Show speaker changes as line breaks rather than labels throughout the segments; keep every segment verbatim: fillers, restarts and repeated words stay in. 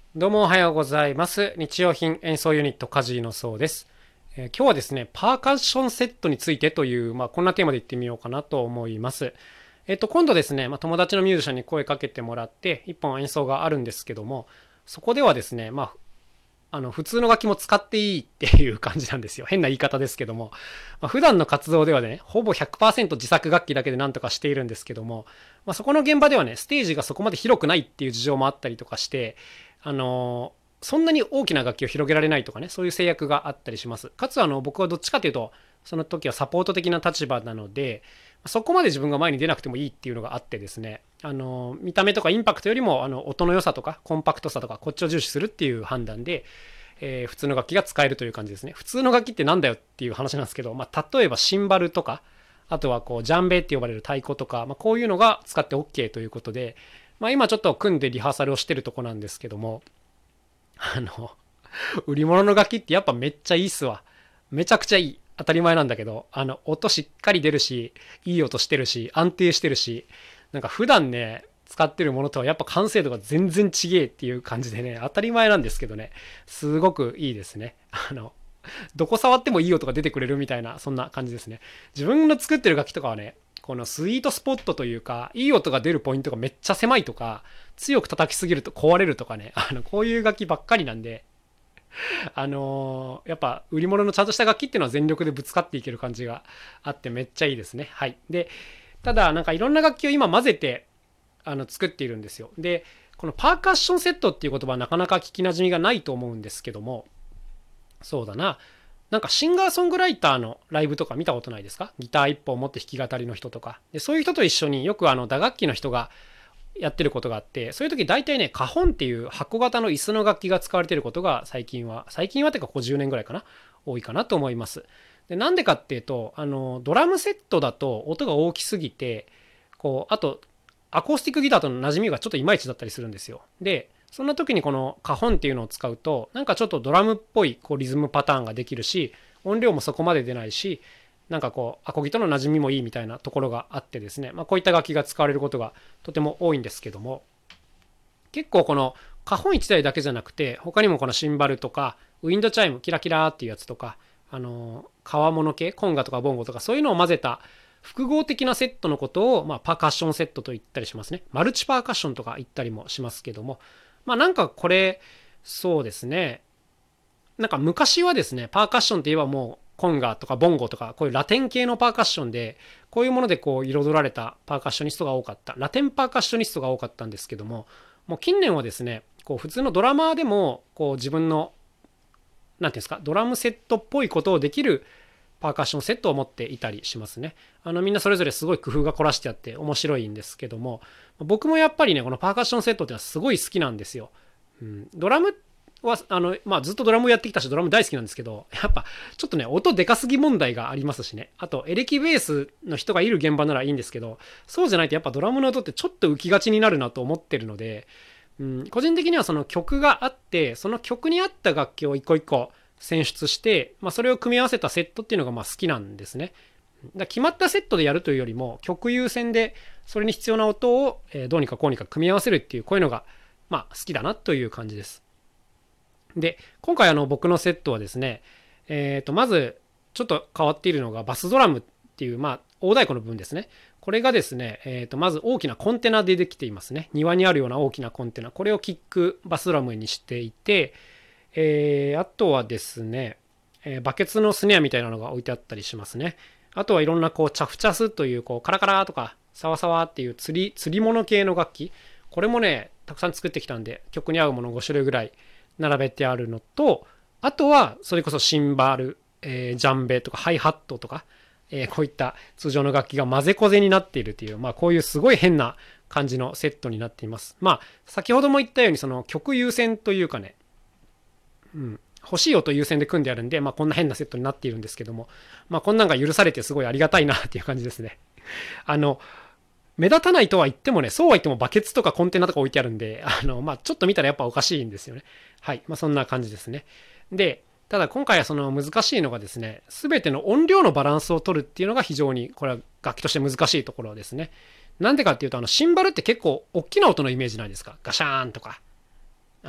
どうもおはようございます。日用品演奏ユニットカジのそうです。えー今日はですね、パーカッションセットについてという、まあ、こんなテーマで言ってみようかなと思います。えっと、今度ですね、まあ、友達のミュージシャンに声かけてもらって、一本演奏があるんですけども、そこではですね、まあ、あの、普通の楽器も使っていいっていう感じなんですよ。変な言い方ですけども。まあ、普段の活動ではね、ほぼひゃくパーセント自作楽器だけでなんとかしているんですけども、まあ、そこの現場ではね、ステージがそこまで広くないっていう事情もあったりとかして、あのーそんなに大きな楽器を広げられないとかね、そういう制約があったりします。かつ、あの、僕はどっちかというと、その時はサポート的な立場なので、そこまで自分が前に出なくてもいいっていうのがあってですね、あの、見た目とかインパクトよりも、あの、音の良さとか、コンパクトさとか、こっちを重視するっていう判断で、えー普通の楽器が使えるという感じですね。普通の楽器ってなんだよっていう話なんですけど、まあ、例えばシンバルとか、あとはこう、ジャンベって呼ばれる太鼓とか、まあ、こういうのが使って OK ということで、まあ、今ちょっと組んでリハーサルをしてるとこなんですけども、あの、売り物の楽器ってやっぱめっちゃいいっすわ。めちゃくちゃいい。当たり前なんだけど、あの、音しっかり出るし、いい音してるし、安定してるし、なんか普段ね、使ってるものとはやっぱ完成度が全然違えっていう感じでね、当たり前なんですけどね、すごくいいですね。あの、どこ触ってもいい音が出てくれるみたいな、そんな感じですね。自分の作ってる楽器とかはね、このスイートスポットというか、いい音が出るポイントがめっちゃ狭いとか、強く叩きすぎると壊れるとかね、あの、こういう楽器ばっかりなんで、あのーやっぱ売り物のちゃんとした楽器っていうのは全力でぶつかっていける感じがあってめっちゃいいですね。はい。で、ただなんかいろんな楽器を今混ぜてあの作っているんですよ。で、このパーカッションセットっていう言葉はなかなか聞きなじみがないと思うんですけども、そうだな。なんかシンガーソングライターのライブとか見たことないですか？ギター一本持って弾き語りの人とか。で、そういう人と一緒によくあの打楽器の人がやってることがあって、そういう時大体ね、カホンっていう箱型の椅子の楽器が使われてることが最近は、最近はっていうかここじゅうねんぐらいかな、多いかなと思います。で、なんでかっていうと、あの、ドラムセットだと音が大きすぎて、こう、あと、アコースティックギターとの馴染みがちょっといまいちだったりするんですよ。で、そんな時にこのカホンっていうのを使うと、なんかちょっとドラムっぽいこうリズムパターンができるし、音量もそこまで出ないし、なんかこうアコギとの馴染みもいいみたいなところがあってですね、まあ、こういった楽器が使われることがとても多いんですけども、結構このカホンいちだいだけじゃなくて、他にもこのシンバルとかウィンドチャイムキラキラっていうやつとか、あの革物系コンガとかボンゴとかそういうのを混ぜた複合的なセットのことを、まあ、パーカッションセットと言ったりしますね。マルチパーカッションとか言ったりもしますけども、まあなんかこれ、そうですね。なんか昔はですね、パーカッションって言えばもうコンガとかボンゴとか、こういうラテン系のパーカッションで、こういうものでこう彩られたパーカッショニストが多かった。ラテンパーカッショニストが多かったんですけども、もう近年はですね、こう普通のドラマーでも、こう自分の、なんていうんですか、ドラムセットっぽいことをできるパーカッションセットを持っていたりしますね。あのみんなそれぞれすごい工夫が凝らしてあって面白いんですけども、僕もやっぱりね、このパーカッションセットっていうのはすごい好きなんですよ。うん、ドラムはあの、まあ、ずっとドラムやってきたしドラム大好きなんですけど、やっぱちょっとね音でかすぎ問題がありますしね、あとエレキベースの人がいる現場ならいいんですけど、そうじゃないとやっぱドラムの音ってちょっと浮きがちになるなと思ってるので、うん、個人的にはその曲があってその曲に合った楽器を一個一個選出して、まあ、それを組み合わせたセットっていうのがまあ好きなんですね。だ決まったセットでやるというよりも曲優先でそれに必要な音をどうにかこうにか組み合わせるっていうこういうのがまあ好きだなという感じです。で今回あの僕のセットはですね、えー、とまずちょっと変わっているのがバスドラムっていうまあ大太鼓の部分ですね。これがですね、えー、とまず大きなコンテナでできていますね。庭にあるような大きなコンテナ、これをキックバスドラムにしていて、えー、あとはですね、えーバケツのスネアみたいなのが置いてあったりしますね。あとはいろんなこうチャフチャスというこうカラカラとかサワサワっていう釣り釣り物系の楽器、これもねたくさん作ってきたんで曲に合うものご種類ぐらい並べてあるのと、あとはそれこそシンバル、えージャンベとかハイハットとか、えーこういった通常の楽器が混ぜこぜになっているという、まあ、こういうすごい変な感じのセットになっています。まあ先ほども言ったようにその曲優先というかね、うん、欲しい音優先で組んであるんで、まあ、こんな変なセットになっているんですけども、まあ、こんなんが許されてすごいありがたいなっていう感じですね。あの目立たないとは言ってもね、そうは言ってもバケツとかコンテナとか置いてあるんで、あの、まあ、ちょっと見たらやっぱおかしいんですよね。はい。まあ、そんな感じですね。で、ただ今回はその難しいのがですね、すべての音量のバランスを取るっていうのが非常に、これは楽器として難しいところですね。なんでかっていうと、あの、シンバルって結構大きな音のイメージないですか？ガシャーンとか。あの、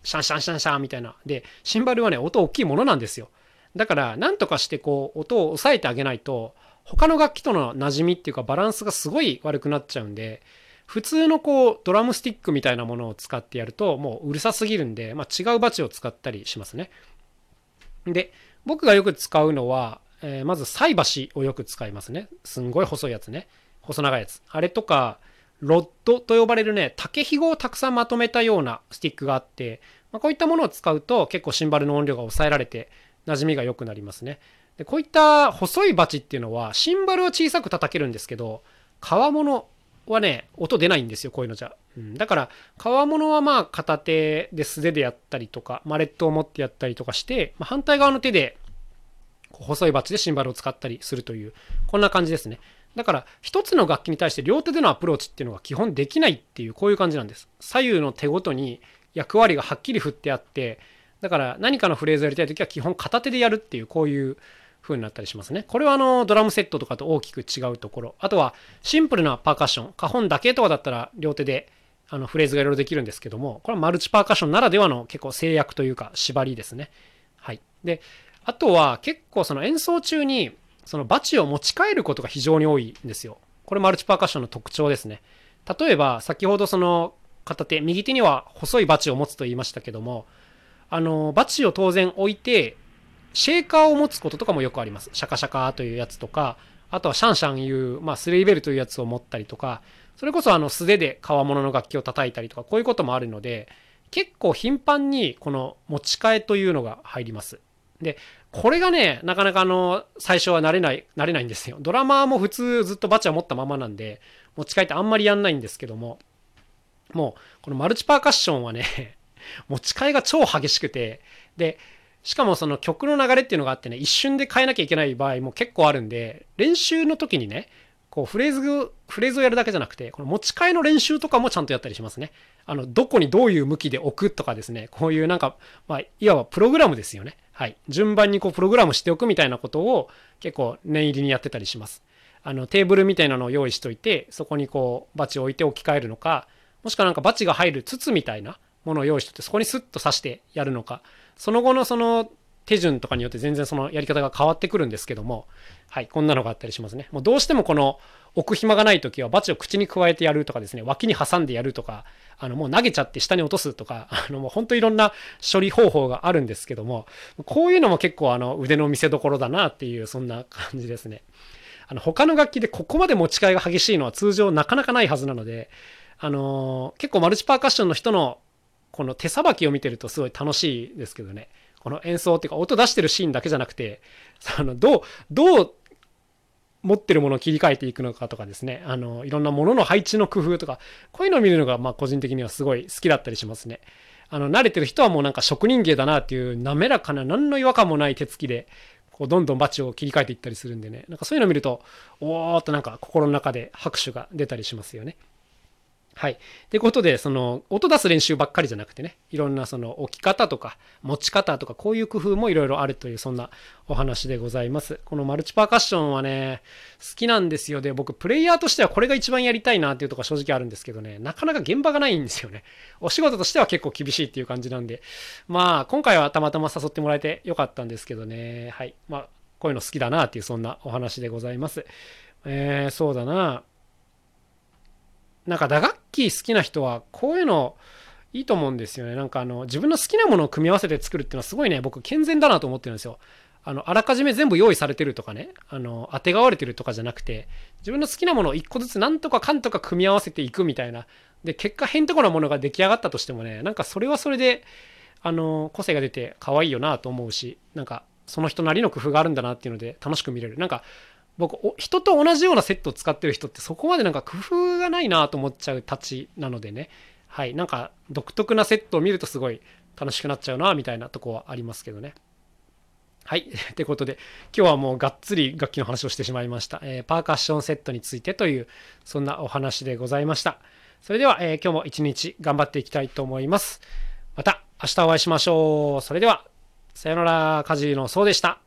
シャンシャンシャンシャンみたいな。で、シンバルはね、音大きいものなんですよ。だから、なんとかしてこう、音を抑えてあげないと、他の楽器との馴染みっていうかバランスがすごい悪くなっちゃうんで、普通のこう、ドラムスティックみたいなものを使ってやると、もううるさすぎるんで、まあ、違うバチを使ったりしますね。で、僕がよく使うのは、えー、まず菜箸をよく使いますね。すんごい細いやつね。細長いやつ。あれとか、ロッドと呼ばれるね、竹ひごをたくさんまとめたようなスティックがあって、まあ、こういったものを使うと結構シンバルの音量が抑えられて馴染みが良くなりますね。でこういった細いバチっていうのはシンバルは小さく叩けるんですけど、革物はね、音出ないんですよ、こういうのじゃ。うん、だから、革物はまあ片手で素手でやったりとか、マレットを持ってやったりとかして、まあ、反対側の手で細いバチでシンバルを使ったりするという、こんな感じですね。だから一つの楽器に対して両手でのアプローチっていうのが基本できないっていう、こういう感じなんです。左右の手ごとに役割がはっきり振ってあって、だから何かのフレーズをやりたいときは基本片手でやるっていう、こういう風になったりしますね。これはあのドラムセットとかと大きく違うところ。あとはシンプルなパーカッション、カホンだけとかだったら両手であのフレーズがいろいろできるんですけども、これはマルチパーカッションならではの結構制約というか縛りですね。はい。で、あとは結構その演奏中にそのバチを持ち帰ることが非常に多いんですよ。これマルチパーカッションの特徴ですね。例えば先ほどその片手、右手には細いバチを持つと言いましたけども、あのバチを当然置いてシェーカーを持つこととかもよくあります。シャカシャカというやつとか、あとはシャンシャンいう、まあ、スレイベルというやつを持ったりとか、それこそあの素手で革物の楽器を叩いたりとか、こういうこともあるので、結構頻繁にこの持ち替えというのが入ります。で、これがね、なかなかあの、最初は慣れない、慣れないんですよ。ドラマーも普通ずっとバチは持ったままなんで、持ち替えってあんまりやんないんですけども、もう、このマルチパーカッションはね、持ち替えが超激しくて、で、しかもその曲の流れっていうのがあってね、一瞬で変えなきゃいけない場合も結構あるんで、練習の時にね、こうフレーズ、フレーズをやるだけじゃなくて、この持ち替えの練習とかもちゃんとやったりしますね。あの、どこにどういう向きで置くとかですね、こういうなんか、まあ、いわばプログラムですよね。はい。順番にこうプログラムしておくみたいなことを結構念入りにやってたりします。あの、テーブルみたいなのを用意しといて、そこにこう、バチを置いて置き換えるのか、もしくはなんかバチが入る筒みたいなものを用意しといて、そこにスッと刺してやるのか、その後のその手順とかによって全然そのやり方が変わってくるんですけども、はい、こんなのがあったりしますね。もうどうしてもこの置く暇がないときはバチを口に加えてやるとかですね、脇に挟んでやるとか、あのもう投げちゃって下に落とすとか、あのもう本当いろんな処理方法があるんですけども、こういうのも結構あの腕の見せ所だなっていう、そんな感じですね。あの他の楽器でここまで持ち替えが激しいのは通常なかなかないはずなので、あのー、結構マルチパーカッションの人のこの手さばきを見てるとすごい楽しいですけどね。この演奏っていうか音出してるシーンだけじゃなくて、あのどう、どう持ってるものを切り替えていくのかとかですね、あのいろんなものの配置の工夫とか、こういうのを見るのがまあ個人的にはすごい好きだったりしますね。あの慣れてる人はもうなんか職人芸だなっていう滑らかな何の違和感もない手つきでこうどんどんバチを切り替えていったりするんでね、なんかそういうのを見るとおーっとなんか心の中で拍手が出たりしますよね。はい。ということで、その、音出す練習ばっかりじゃなくてね、いろんなその置き方とか、持ち方とか、こういう工夫もいろいろあるという、そんなお話でございます。このマルチパーカッションはね、好きなんですよ。で、僕、プレイヤーとしてはこれが一番やりたいなっていうところが正直あるんですけどね、なかなか現場がないんですよね。お仕事としては結構厳しいっていう感じなんで、まあ、今回はたまたま誘ってもらえてよかったんですけどね、はい。まあ、こういうの好きだなっていう、そんなお話でございます。えー、そうだな。なんか打楽器好きな人はこういうのいいと思うんですよね。なんかあの自分の好きなものを組み合わせて作るっていうのはすごいね、僕健全だなと思ってるんですよ。あのあらかじめ全部用意されてるとかね、あの当てがわれてるとかじゃなくて、自分の好きなものを一個ずつなんとかかんとか組み合わせていくみたいな。で結果へんてこなものが出来上がったとしてもね、なんかそれはそれであの個性が出て可愛いよなと思うし、なんかその人なりの工夫があるんだなっていうので楽しく見れる。なんか僕人と同じようなセットを使ってる人ってそこまでなんか工夫がないなと思っちゃうたちなのでね、はい、なんか独特なセットを見るとすごい楽しくなっちゃうなみたいなとこはありますけどね。はいということで今日はもうがっつり楽器の話をしてしまいました、えー、パーカッションセットについてというそんなお話でございました。それでは、えー、今日も一日頑張っていきたいと思います。また明日お会いしましょう。それではさよなら。カジノそうでした。